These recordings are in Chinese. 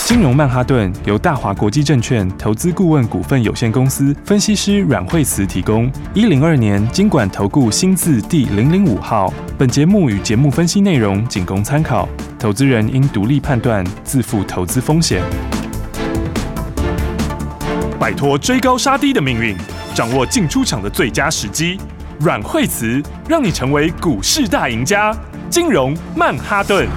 金融曼哈顿由大华国际证券投资顾问股份有限公司分析师阮惠慈提供。102年金管投顾新字第005号。本节目与节目分析内容仅供参考，投资人应独立判断，自负投资风险。摆脱追高杀低的命运，掌握进出场的最佳时机。阮惠慈让你成为股市大赢家。金融曼哈顿。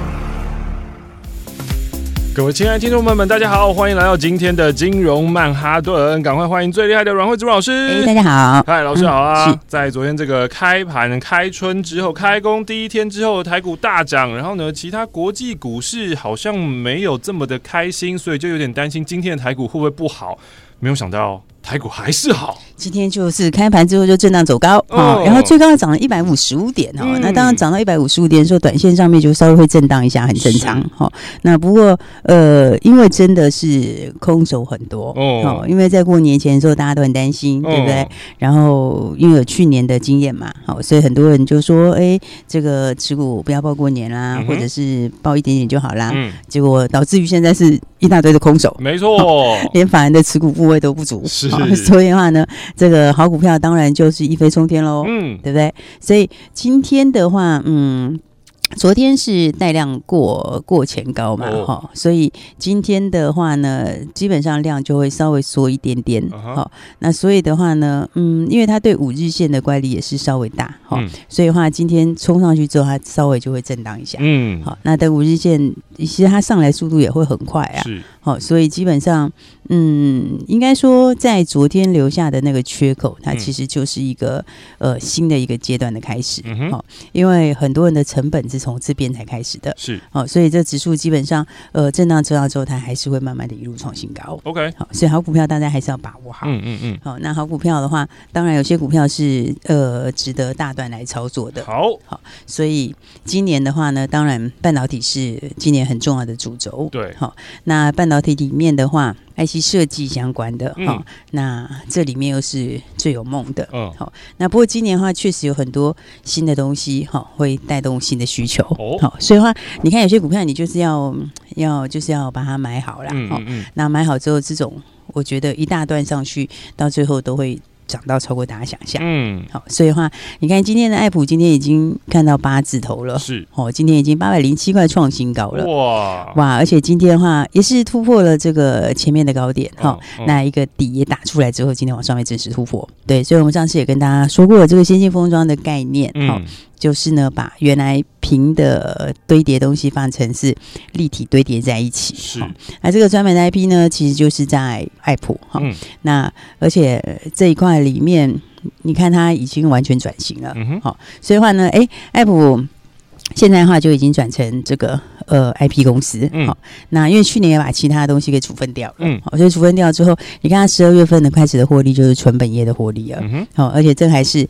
各位亲爱的听众朋友们，大家好，欢迎来到今天的金融曼哈顿，赶快欢迎最厉害的阮惠慈老师。 大家好， 嗨，老师好啊！在昨天这个开盘开春之后，开工第一天之后，台股大涨，然后呢，其他国际股市好像没有这么的开心，所以就有点担心今天的台股会不会不好。没有想到台股还是好， 今天就是开盘之后就震荡走高，然后最高涨了155点，那当然涨到155点的时候，短线上面就稍微会震荡一下，很正常。那不过因为真的是空手很多，因为在过年前的时候大家都很担心，对不对？然后因为有去年的经验嘛，所以很多人就说，这个持股不要抱过年啦，或者是抱一点点就好啦。结果导致于现在是一大堆的空手， 没错， 连法人的持股部位都不足， 是， 所以的话呢，这个好股票当然就是一飞冲天喽，对不对？所以今天的话，昨天是带量过前高嘛，所以今天的话呢，基本上量就会稍微缩一点点，那所以的话呢，因为它对5日线的乖离也是稍微大，所以的话今天冲上去之后，它稍微就会震荡一下，好，那等5日线，其实它上来速度也会很快啊，是，所以基本上，应该说在昨天留下的那个缺口，它其实就是一个新的一个阶段的开始，因为很多人的成本是从这边才开始的，是，所以这指数基本上震荡之后，它还是会慢慢的一路创新高。OK， 好，所以好股票大家还是要把握好。好，那好股票的话，当然有些股票是值得大段来操作的。好，所以今年的话呢，当然半导体是今年很重要的主轴。对，好，那半导体里面的话，IC 设计相关的，那这里面又是最有梦的，好，那不过今年的话，确实有很多新的东西，会带动新的需求，好，所以的话，你看有些股票，你就是要把它买好啦，那买好之后，这种我觉得一大段上去，到最后都会涨到超过大家想象，好，所以的话，你看今天的爱普今天已经看到8字头了，是，今天已经807块创新高了，哇，而且今天的话也是突破了这个前面的高点，那一个底也打出来之后，今天往上面正式突破，对，所以我们上次也跟大家说过这个先进封装的概念，就是呢，把原来平的堆叠东西放成是立体堆叠在一起。是，那这个专门的 IP 呢，其实就是在爱普那而且这一块里面，你看它已经完全转型了。所以的话呢，爱普现在的话就已经转成这个IP 公司，那因为去年也把其他的东西给处分掉了，所以处分掉之后，你看它12月份的开始的获利就是纯本业的获利了，而且这还是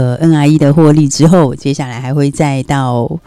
NRE 的获利之后，接下来还会再到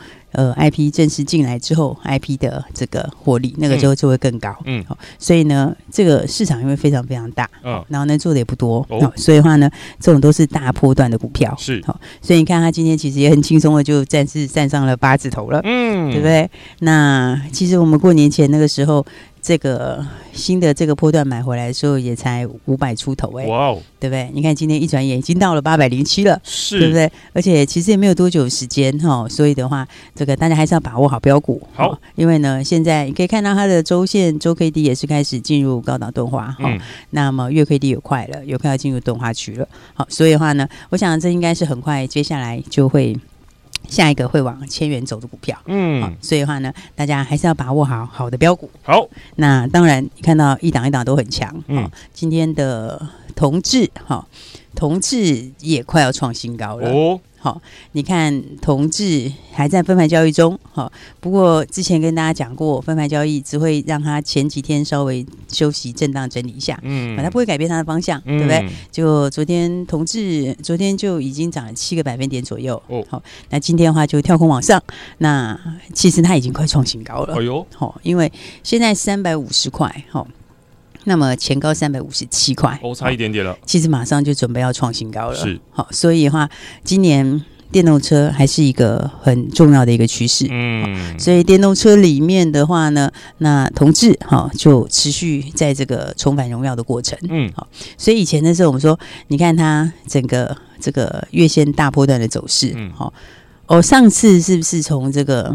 IP 正式进来之后 ，IP 的这个获利那个就会更高，所以呢，这个市场因为非常非常大，然后呢做的也不多，所以的话呢，这种都是大波段的股票，是，所以你看它今天其实也很轻松的就暂时站上了8字头了，对不对？那其实我们过年前那个时候，这个新的这个波段买回来的时候也才500出头，哇，对不对？你看今天一转眼已经到了807了，是，对不对？而且其实也没有多久时间所以的话，这个大家还是要把握好标股，好，因为呢，现在你可以看到它的周线周 K D 也是开始进入高档钝化，那么月 K D 也快要进入钝化区了，好，所以的话呢，我想这应该是很快，接下来就会。下一个会往1000元走的股票，所以的话呢，大家还是要把握好的标股。好，那当然你看到一档一档都很强，今天的同志也快要创新高了，好，你看同志还在分盘交易中，好，不过之前跟大家讲过，分盘交易只会让它前几天稍微休息震荡整理一下，它不会改变它的方向，对不对？就昨天同志昨天就已经涨了7个百分点左右，好，那今天的话就跳空往上，那其实它已经快创新高了，好，因为现在350块，好。那么前高357块，差一点点了。其实马上就准备要创新高了，是好，所以的话，今年电动车还是一个很重要的一个趋势。所以电动车里面的话呢，那同志就持续在这个重返荣耀的过程。所以以前的时候我们说，你看它整个这个月线大波段的走势，上次是不是从这个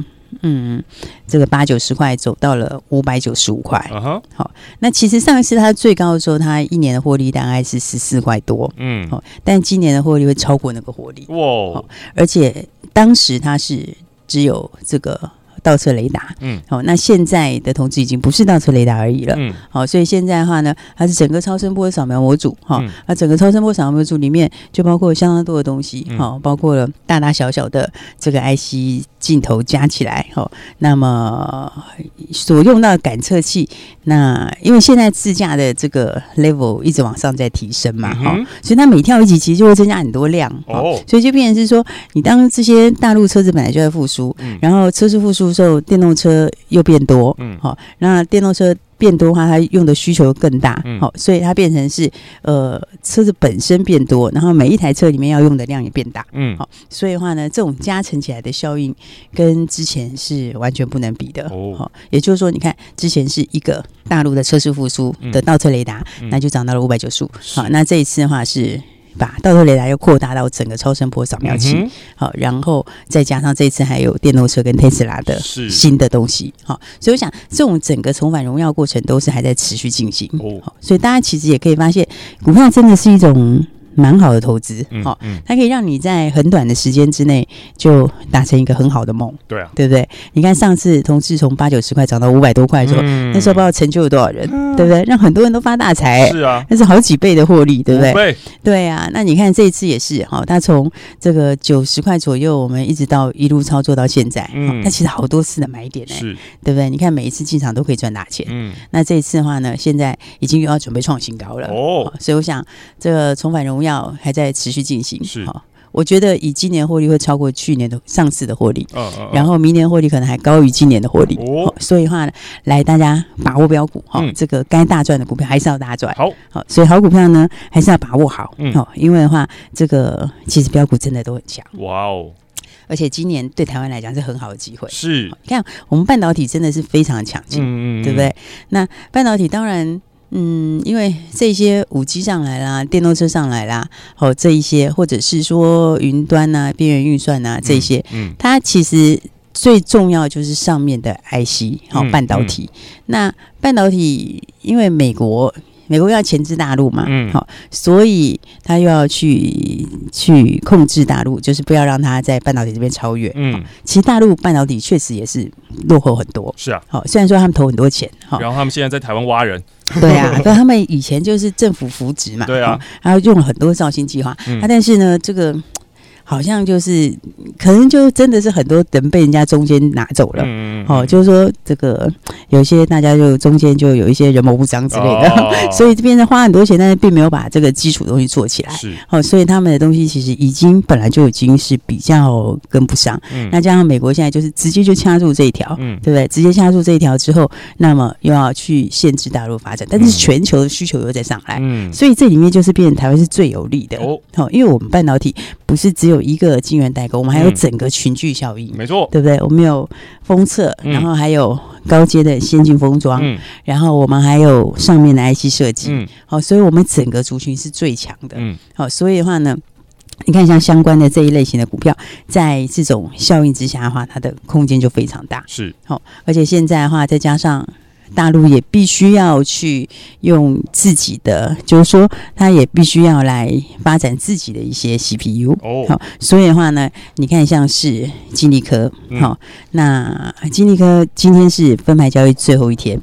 80-90块走到了595块？好，那其实上一次它最高的时候，它一年的获利大概是14块多，但今年的获利会超过那个获利，而且当时它是只有这个倒车雷达，那现在的同志已经不是倒车雷达而已了，所以现在的话呢，它是整个超声波扫描模组，那整个超声波扫描模组里面就包括相当多的东西，包括了大大小小的这个 IC 镜头加起来，那么所用到的感测器，那因为现在自驾的这个 level 一直往上在提升嘛，所以它每跳一级其实就会增加很多量，所以就变成是说，你当这些大陆车子本来就在复苏，然后车市复苏之后，电动车又变多，那电动车变多的话，它用的需求更大，所以它变成是车子本身变多，然后每一台车里面要用的量也变大，所以的话呢，这种加成起来的效应跟之前是完全不能比的，也就是说，你看之前是一个大陆的车市复苏的倒车雷达，那就涨到了595，好，那这一次的话是把倒车雷达又扩大到整个超声波扫描器，好，然后再加上这次还有电动车跟特斯拉的新的东西，好，所以我想这种整个重返荣耀过程都是还在持续进行，所以大家其实也可以发现，股票真的是一种蛮好的投资，它可以让你在很短的时间之内就达成一个很好的梦， 对啊， 对不对？你看上次同志从80-90块涨到500多块的时候，那时候不知道成就有多少人，对不对？让很多人都发大财，是啊，那是好几倍的获利，对不对？5倍，对啊。那你看这一次也是，它从这个90块左右，我们一直到一路操作到现在，那其实好多次的买点，是，对不对？你看每一次进场都可以赚大钱，那这一次的话呢，现在已经又要准备创新高了，所以我想这个重返荣耀还在持续进行，是，我觉得以今年获利会超过去年的上次的获利，然后明年获利可能还高于今年的获利，所以的话来大家把握标股，这个该大赚的股票还是要大赚，好，所以好股票呢还是要把握好，因为的话这个其实标股真的都很强，哇哦。而且今年对台湾来讲是很好的机会，是，你看我们半导体真的是非常的强劲，对不对？那半导体当然。因为这些5G 上来啦，电动车上来啦，这一些或者是说云端啊、边缘运算啊这些，它其实最重要就是上面的 IC 半导体。那半导体因为美国要钳制大陆嘛，所以他又要去控制大陆，就是不要让他在半导体这边超越。其实大陆半导体确实也是落后很多。是啊，虽然说他们投很多钱， 然后他们现在在台湾挖人。 对啊，但他们以前就是政府扶植嘛，对啊，然后用了很多造星计划，但是呢，这个。好像就是可能就真的是很多人被人家中间拿走了，就是说这个有些大家就中间就有一些人谋不臧之类的，所以这边花很多钱，但是并没有把这个基础的东西做起来，所以他们的东西其实本来就已经是比较跟不上，那加上美国现在就是直接就掐住这一条，对不对？直接掐住这一条之后，那么又要去限制大陆发展，但是全球的需求又在上来，所以这里面就是变成台湾是最有利的，因为我们半导体不是只有一个晶圆代工，我们还有整个群聚效应，没错，对不对？我们有封测，然后还有高阶的先进封装，然后我们还有上面的 IC 设计，所以我们整个族群是最强的，所以的话呢，你看像相关的这一类型的股票，在这种效应之下的话，它的空间就非常大，是，而且现在的话，再加上。大陆也必须要去用自己的，就是说，他也必须要来发展自己的一些 CPU。好，所以的话呢，你看像是金利科，那金利科今天是分牌交易最后一天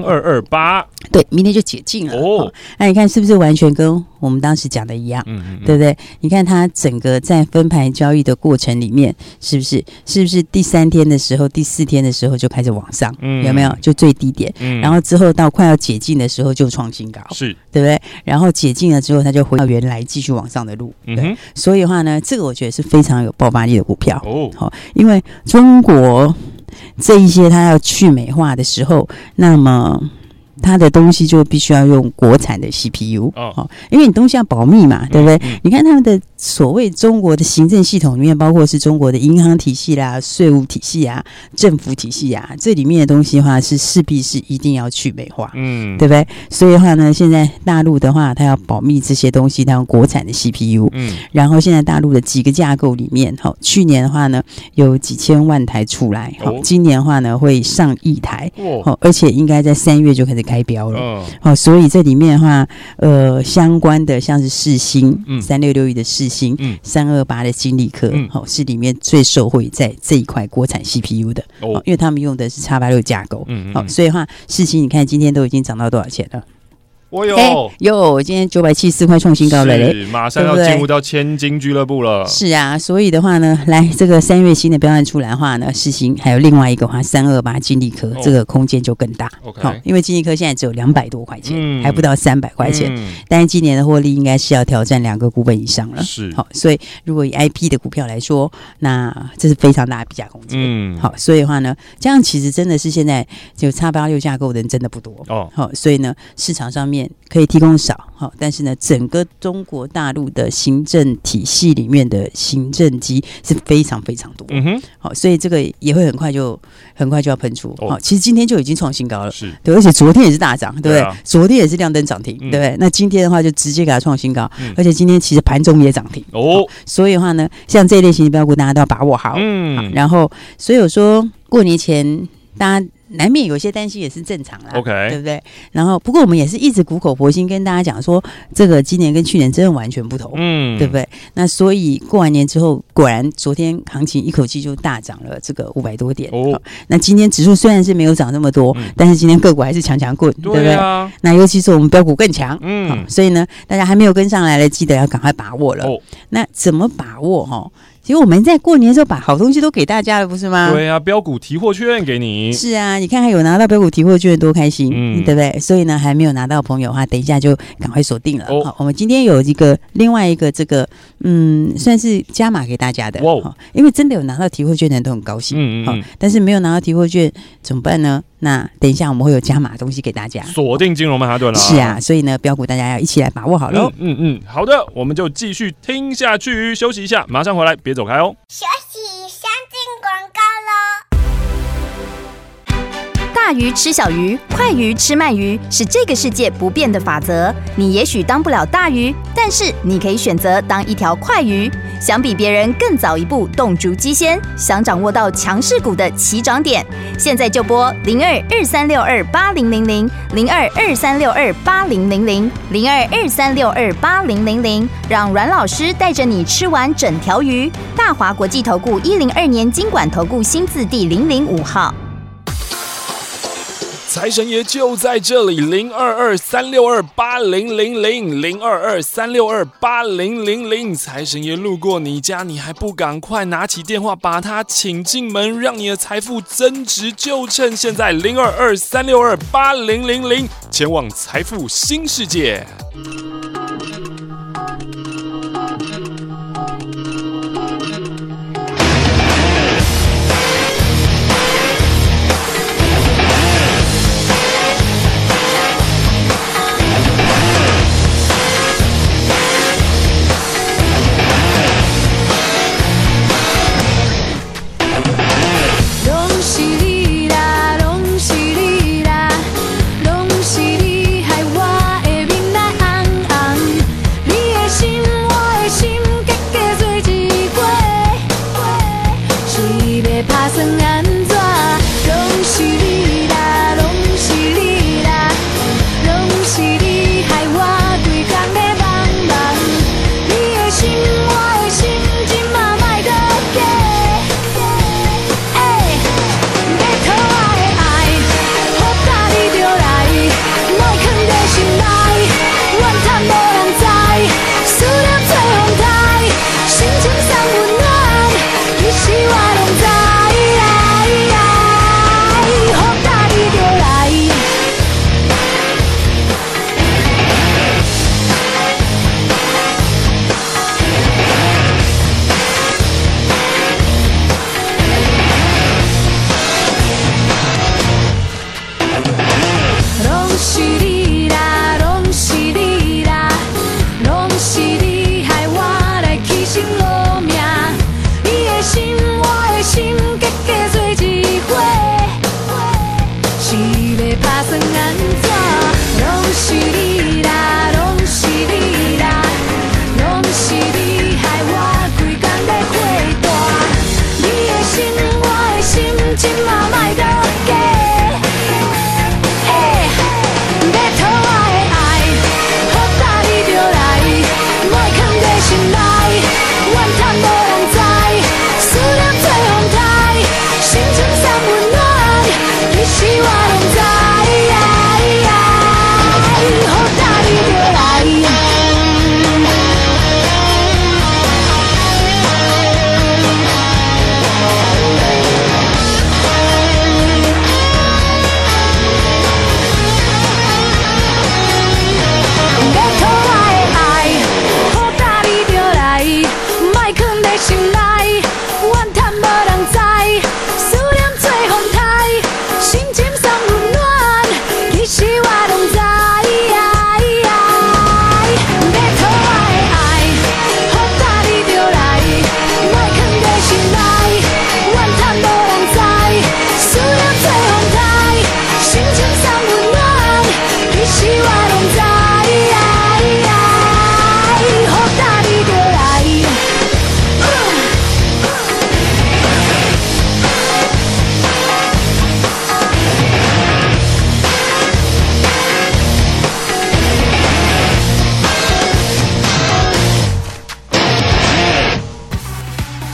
，3228， 对，明天就解禁了。那你看是不是完全跟我们当时讲的一样？对不对？你看它整个在分牌交易的过程里面，是不是第3天的时候、第4天的时候就开始往上？有没有？就最低点。然后之后到快要解禁的时候就创新高，是，对不对？然后解禁了之后，它就回到原来继续往上的路。对，所以的话呢，这个我觉得是非常有爆发力的股票。因为中国这一些它要去美化的时候，那么它的东西就必须要用国产的 CPU 因为你东西要保密嘛，对不对？你看他们的所谓中国的行政系统里面，包括是中国的银行体系啦、税务体系啊、政府体系啊，这里面的东西的话是势必是一定要去美化，对不对？所以的话呢，现在大陆的话，它要保密这些东西，它用国产的 CPU，然后现在大陆的几个架构里面，去年的话呢有几千万台出来，今年的话呢会上亿台，而且应该在3月就开始开标了，所以这里面的话，相关的像是世芯3661的世芯，328的金立科，是里面最受惠在这一块国产 CPU 的，因为他们用的是 X86 架构，所以的话，世芯你看今天都已经涨到多少钱了？ 我今天974块创新高了嘞， 马上要进入到千金俱乐部了。 是啊，所以的话呢，来这个3月新的标案出来的话呢，世芯还有另外一个话328金立科，这个空间就更大。因为金立科现在只有200多块钱，还不到300块钱，但是今年的获利应该是要挑战2个股本以上了。 是， 所以如果以 IP 的股票来说，那这是非常大的比价空间。所以的话呢，这样其实真的是现在就 X86 架构的人真的不多。所以呢，市场上面可以提供少，但是呢，整个中国大陆的行政体系里面的行政机是非常非常多，所以这个也会很快就要喷出。其实今天就已经创新高了，对，而且昨天也是大涨，对不对？昨天也是亮灯涨停，对不对？那今天的话就直接给它创新高，而且今天其实盘中也涨停所以的话呢，像这一类型的标股，大家都要把握好。然后，所以我说过年前大家难免有些担心也是正常啦，对不对？然后不过我们也是一直苦口婆心跟大家讲说，这个今年跟去年真的完全不同，对不对？那所以过完年之后，果然昨天行情一口气就大涨了这个500多点。那今天指数虽然是没有涨那么多，但是今天个股还是强棍，对不对？那尤其是我们标股更强，所以呢，大家还没有跟上来的，记得要赶快把握了。那怎么把握？其实我们在过年的时候把好东西都给大家了，不是吗？ 对啊，标股提货券给你。 是啊，你看还有拿到标股提货券多开心，对不对？所以呢，还没有拿到的朋友的话，等一下就赶快锁定了。好，我们今天有另外一个这个算是加码给大家的，因为真的有拿到提货券的人都很高兴，但是没有拿到提货券怎么办呢？那等一下我们会有加码的东西给大家， 锁定金融曼哈顿了。 是啊，所以呢，标股大家要一起来把握好喽。 好的，我们就继续听下去，休息一下，马上回来，别走开哦。 休息，先进广告喽。 大鱼吃小鱼，快鱼吃慢鱼，是这个世界不变的法则。你也许当不了大鱼，但是你可以选择当一条快鱼。想比别人更早一步动足机先，想掌握到强势股的起涨点，现在就拨0223628000 0223628000 0223628000，让阮老师带着你吃完整条鱼。大华国际投顾102年金管投顾新字第005号。 财神爷就在这里，0223628000 0223628000，财神爷路过你家，你还不赶快拿起电话把他请进门，让你的财富增值，就趁现在0223628000，前往财富新世界。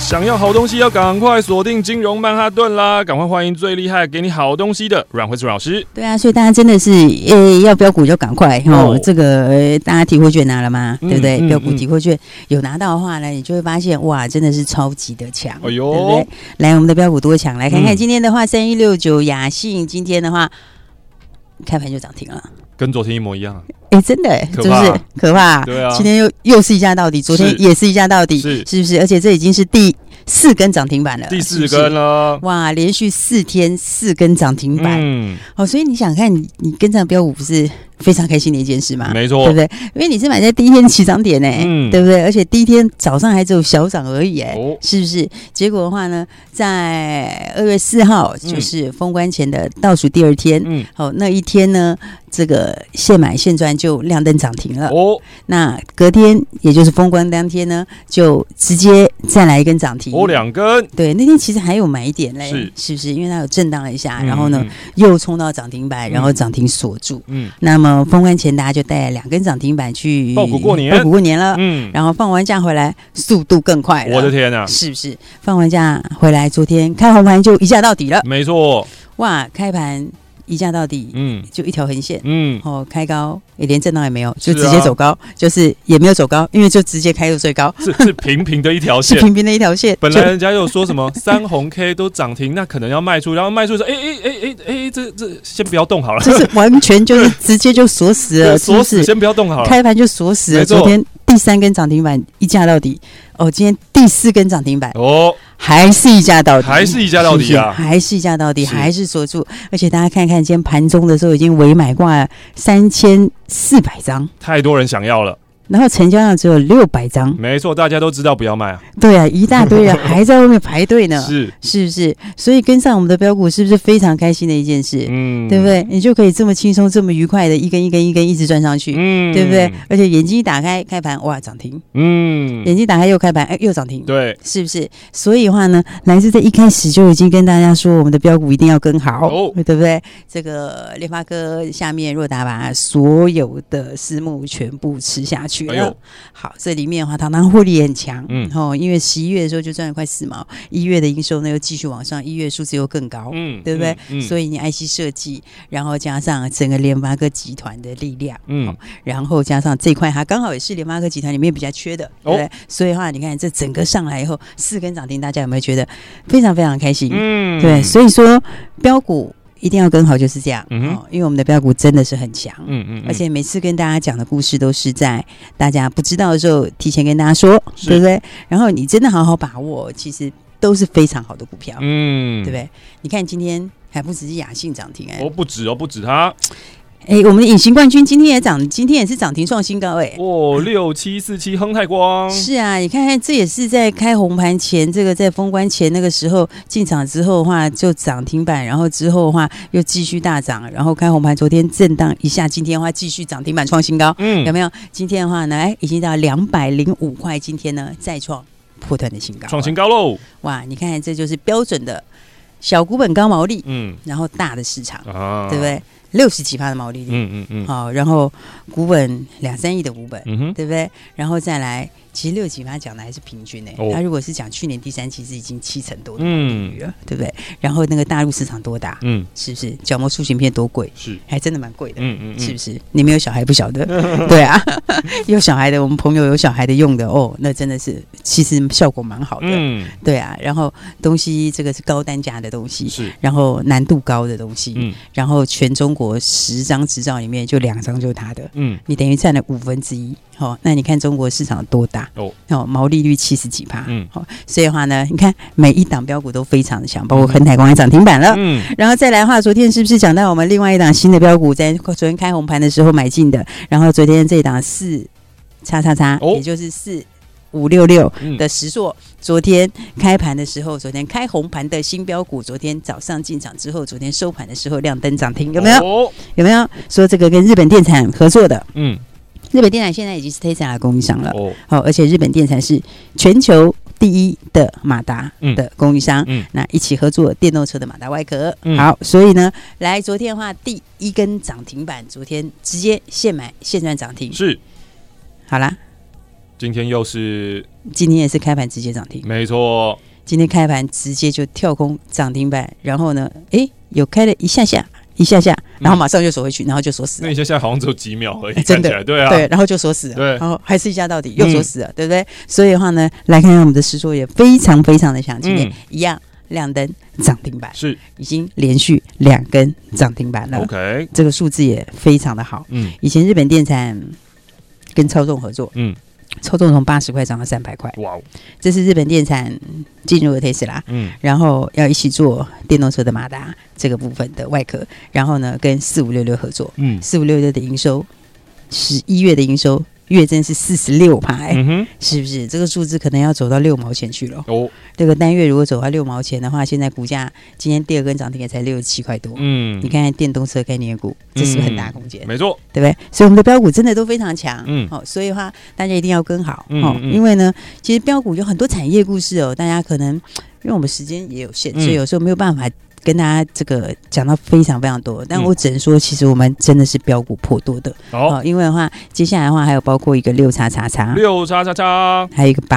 想要好东西要赶快锁定金融曼哈顿啦！赶快欢迎最厉害给你好东西的阮慧慈老师。 对啊，所以大家真的是要标股就赶快这个大家体会券拿了吗？对不对？标股体会券有拿到的话呢，你就会发现哇，真的是超级的强， 哎呦， 对不对？来，我们的标股多强，来看看今天的话，3169雅信今天的话开盘就涨停了。 跟昨天一模一样， 真的是不是可怕？ 对啊， 今天又是一价到底，昨天也是一价到底，是不是？而且这已经是第4根涨停板了， 第4根了， 哇，连续4天4根涨停板，所以你想看你跟上标股不是非常开心的一件事吗？ 没错， 对不对？因为你是买在第一天起涨点对不对？而且第一天早上还只有小涨而已是不是？结果的话呢，在2月4号就是封关前的倒数第2天，那一天呢，这个现买现赚就亮灯涨停了那隔天也就是封关当天呢，就直接再来一根涨停 2根。 对，那天其实还有买点嘞，是不是？因为它有震荡了一下，然后呢又冲到涨停板，然后涨停锁住。那么封关前大家就带2根涨停板去抱股过年了。然后放完假回来速度更快了。 我的天啊， 是不是？放完假回来，昨天开红盘就一价到底了。 没错， 哇，开盘一价到底，就一条横线，开高也连震荡也没有，就直接走高，就是也没有走高，因为就直接开到最高， 是平平的一条线， 是平平的一条线。 本来人家又说什么3红 K 都涨停，那可能要卖出，然后卖出说，这先不要动好了， 这是完全就是直接就锁死了， 锁死，先不要动好了， 开盘就锁死了。昨天第3根涨停板一价到底，今天第4根涨停板还是一价到底， 还是一价到底啊， 还是一价到底，还是锁住。而且大家看看，今天盘中的时候已经委买挂3400张， 太多人想要了。 然后成交量只有600张， 没错，大家都知道不要卖啊。 对啊，一大堆人还在外面排队呢，是不是？所以跟上我们的标股是不是非常开心的一件事？对不对？你就可以这么轻松、这么愉快的一根一根一根一直赚上去，对不对？而且眼睛一打开，开盘哇涨停，眼睛打开又开盘，又涨停，对，是不是？所以的话呢，来自在一开始就已经跟大家说，我们的标股一定要跟好，对不对？这个联发科下面若达把所有的私募全部吃下去。好，这里面的话，当获利也很强，因为11月的时候就赚了快4毛，1月的营收呢又继续往上，1月数字又更高，对不对？所以你 IC 设计，然后加上整个联发科集团的力量，然后加上这一块，它刚好也是联发科集团里面比较缺的，对不对？所以的话，你看这整个上来以后4根涨停，大家有没有觉得非常非常开心？对，所以说标股一定要跟好，就是这样，因为我们的标股真的是很强，而且每次跟大家讲的故事都是在大家不知道的时候提前跟大家说，对不对？然后你真的好好把握，其实都是非常好的股票，对不对？你看今天还不只是雅信涨停， 不止它。 我们的隐形冠军今天也是涨停创新高 6747亨泰光是啊，你看看这也是在开红盘前，这个在封关前那个时候进场之后的话就涨停板，然后之后的话又继续大涨，然后开红盘昨天震荡一下，今天的话继续涨停板创新高，有没有？今天的话呢，已经到205块，今天呢再创破断的新高， 创新高喽！ 哇，你看看这就是标准的小股本高毛利，然后大的市场，对不对？60几%的毛利率，好，然后股本2-3亿的股本，对不对？然后再来，其实60几%讲的还是平均它如果是讲去年第3期是已经7%多的毛利率了，对不对？然后那个大陆市场多大？是不是？角膜塑形片多贵？是，还真的蛮贵的，是不是？你没有小孩不晓得，对啊，有小孩的，我们朋友有小孩的用的那真的是其实效果蛮好的，对啊。然后东西这个是高单价的东西，是，然后难度高的东西，然后全中国10张执照里面就2张就是他的，你等于占了1/5，那你看中国市场多大毛利率70几%，所以的话呢，你看每一档标股都非常的强，包括亨泰光也涨停板了，然后再来的话，昨天是不是讲到我们另外一档新的标股，在昨天开红盘的时候买进的，然后昨天这一档4XXX，也就是4566的实作，昨天开盘的时候，昨天开红盘的新标股，昨天早上进场之后，昨天收盘的时候亮灯涨停，有没有？有没有？说这个跟日本电产合作的，日本电产现在已经是 Tesla 的供应商了，而且日本电产是全球第一的马达的供应商，那一起合作电动车的马达外壳，好，所以呢，来昨天的话，第1根涨停板，昨天直接现买现赚涨停，是，好啦。 今天也是开盘直接涨停， 没错。 今天开盘直接就跳空涨停板，然后呢，有开了一下下，然后马上就锁回去，然后就锁死了。 那一下下好像只有几秒而已， 真的， 对啊， 对，然后就锁死了， 对， 然后还是一下到底又锁死了，对不对？所以的话呢，来看看我们的实作也非常非常的强，今天一样亮灯涨停板， 是已经连续2根涨停板了。 OK， 这个数字也非常的好。以前日本电产跟超重合作，超重从80块涨到300块，哇！这是日本电产进入了 Tesla，然后要一起做电动车的马达这个部分的外壳，然后呢跟4566合作，4566的营收11月的营收月增是46%，是不是？这个数字可能要走到6毛钱去了。这个单月如果走到6毛钱的话，现在股价今天第2根涨停也才67块多。你看看电动车概念股，这是不是很大空间？ 没错， 对不对？所以我们的标股真的都非常强。所以的话大家一定要跟好。因为呢，其实标股有很多产业故事哦，大家可能因为我们时间也有限，所以有时候没有办法跟大家这个讲到非常非常多，但我只能说，其实我们真的是标股颇多的。因为的话，接下来的话还有包括一个6XXX，还有一个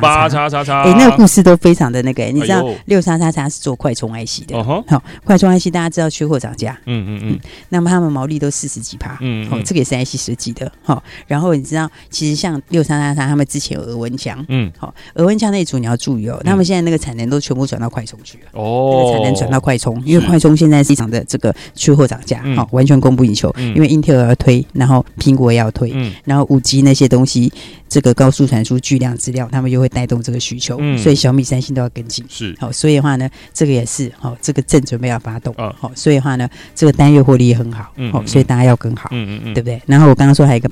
8XXX，那个故事都非常的那个。你知道6XXX是做快充 IC 的，快充 IC 大家知道缺货涨价，那么他们毛利都40几%，这个也是 IC 设计的，然后你知道，其实像6XXX他们之前有额温枪，额温枪那一组你要注意哦，他们现在那个产能都全部转到快充去了，那个产能转到快充，因为快充现在市场的这个缺货涨价，完全供不应求。因为 Intel 要推，然后苹果也要推，然后5G 那些东西，这个高速传输、巨量资料，他们又会带动这个需求，所以小米、三星都要跟进。是，所以的话呢，这个也是这个正准备要发动，所以的话呢，这个单月获利也很好，所以大家要跟好，对不对？然后我刚刚说还有一个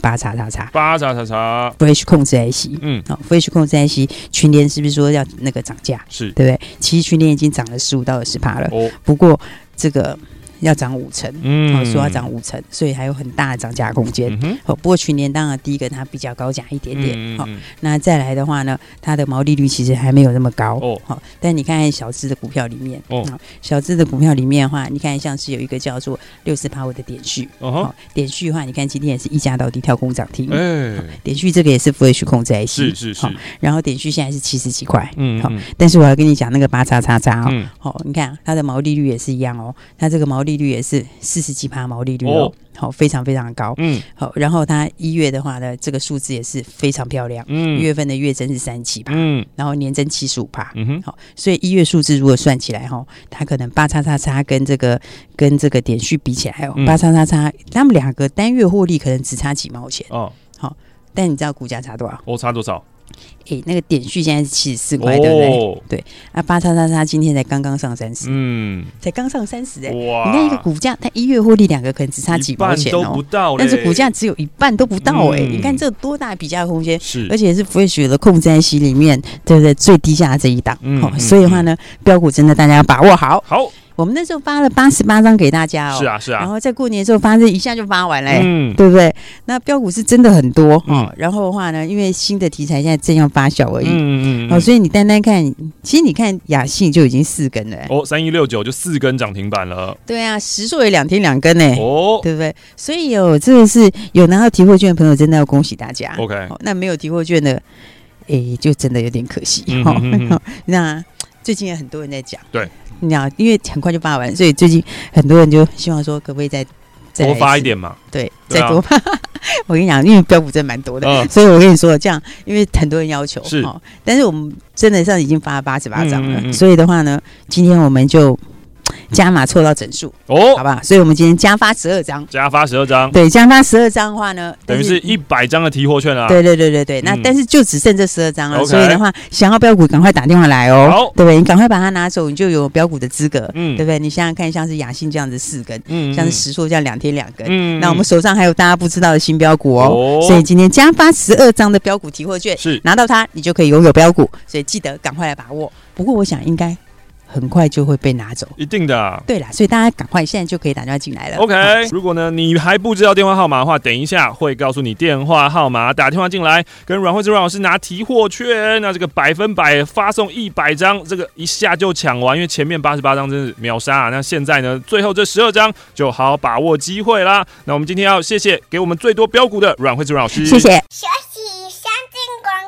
8XXX，Flash 控制 IC，Flash 控制 IC 群联是不是说要那个涨价？是，对不对？其实群联已经涨了15%到20%了。不过这个要涨5成，说要涨5成，所以还有很大的涨价空间。不过群联当然第一个它比较高价一点点，那再来的话呢，它的毛利率其实还没有那么高，但你看小资的股票里面，小资的股票里面的话，你看像是有一个叫做60%的点序，点序的话，你看今天也是一价到底跳空涨停，点序这个也是 Flash 控制 IC， 是，然后点序现在是70几块，但是我要跟你讲那个8XXX，你看它的毛利率也是一样哦，它这个毛利率也是40几%毛利率哦，非常非常高，然后它1月的话呢，这个数字也是非常漂亮，1月份的月增是37%，然后年增75%，所以1月数字如果算起来它可能8XXX跟这个点序比起来8XXX他们2个单月获利可能只差几毛钱但你知道股价差多少？差多少？那个点序现在是74块，对不对？对啊，8XXX今天才刚刚上30，才刚上30哇！你看一个股价，它1月获利2个可能只差几毛钱都不到， 但是股价只有一半都不到你看这有多大比价空间？是，而且是Flash的控制 IC里面，对不对？最低价的这一档，所以的话呢，标股真的大家要把握好。好。我们那时候发了88张给大家是啊，然后在过年的时候发这一下就发完了，对不对？那标股是真的很多，然后的话呢，因为新的题材现在正要发酵而已，所以你单单看，其实你看雅信就已经4根了 ，3169就4根涨停板了， 对啊，10做也2天2根对不对？所以这个是有拿到提货券的朋友，真的要恭喜大家。OK， 那没有提货券的，就真的有点可惜。那最近也很多人在讲，对。你讲，因为很快就发完，所以最近很多人就希望说，可不可以再多发一点嘛？ 对，再多发。我跟你讲，因为标股真的蛮多的，所以我跟你说这样，因为很多人要求是，但是我们真的上已经发了88张了，所以的话呢，今天我们就加码凑到整数好不好？所以我们今天加发12张，对，加发12张的话呢， 等于是100张的提货券啦。 对，那但是就只剩这12张了，所以的话，想要标股赶快打电话来哦，对不对？你赶快把它拿走，你就有标股的资格，对不对？你想想看，像是雅信这样子4根，像是实硕这样2天2根，那我们手上还有大家不知道的新标股所以今天加发12张的标股提货券，是拿到它，你就可以拥有标股，所以记得赶快来把握。不过我想应该很快就会被拿走， 一定的。 对啦，所以大家赶快现在就可以打电话进来了。 OK， 如果呢你还不知道电话号码的话，等一下会告诉你电话号码，打电话进来跟阮慧芝阮老师拿提货券，那这个100%发送100张，这个一下就抢完，因为前面88张真是秒杀那现在呢，最后这12张就好好把握机会啦。那我们今天要谢谢给我们最多标股的阮慧芝阮老师， 谢谢。 学习相进广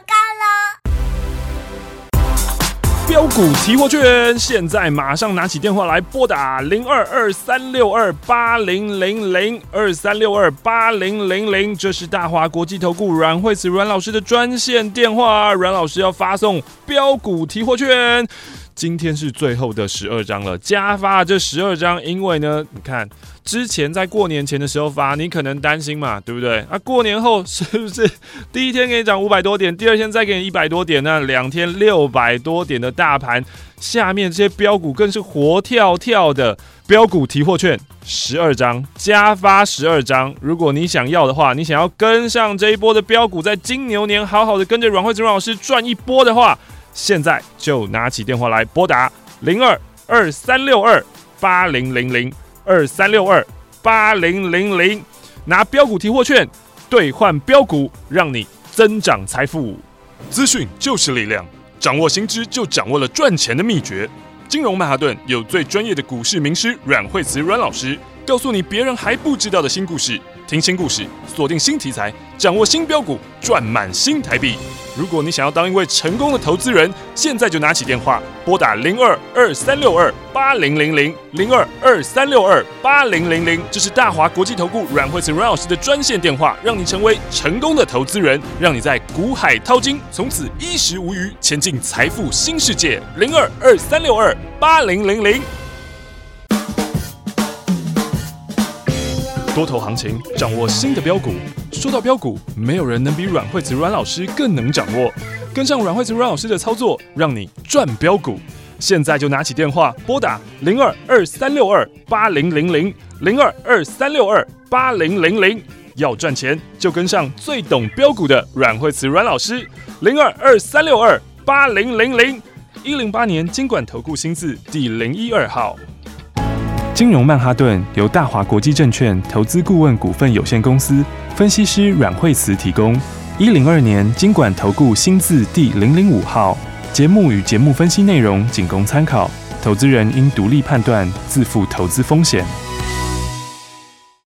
标股提货券，现在马上拿起电话来拨打0223628000，23628000，这是大华国际投顾阮惠慈阮老师的专线电话，阮老师要发送标股提货券。今天是最后的12张了，加发这12张，因为呢，你看之前在过年前的时候发，你可能担心嘛，对不对？过年后是不是第一天给你涨500多点，第二天再给你100多点，那2天600多点的大盘，下面这些标股更是活跳跳的。标股提货券12张，加发12张。如果你想要的话，你想要跟上这一波的标股，在金牛年好好的跟着阮惠慈阮老师赚一波的话，现在就拿起电话来拨打0223628000，23628000，拿标股提货券兑换标股，让你增长财富。资讯就是力量，掌握新知就掌握了赚钱的秘诀。金融曼哈顿有最专业的股市名师阮惠慈阮老师，告诉你别人还不知道的新故事，听新故事，锁定新题材，掌握新标股，赚满新台币。如果你想要当一位成功的投资人，现在就拿起电话拨打0223628000，0223628000，这是大华国际投顾阮惠慈阮老师的专线电话，让你成为成功的投资人，让你在股海淘金，从此衣食无虞，前进财富新世界。0223628000。多头行情，掌握新的标股。说到标股，没有人能比阮惠慈阮老师更能掌握。跟上阮惠慈阮老师的操作，让你赚标股。现在就拿起电话拨打0223628000，0223628000。要赚钱就跟上最懂标股的阮惠慈阮老师。0223628000，108年金管投顾新字第012号。 金融曼哈顿由大华国际证券投资顾问股份有限公司分析师阮惠慈提供。102年金管投顾新字第005号。节目与节目分析内容仅供参考，投资人应独立判断，自负投资风险。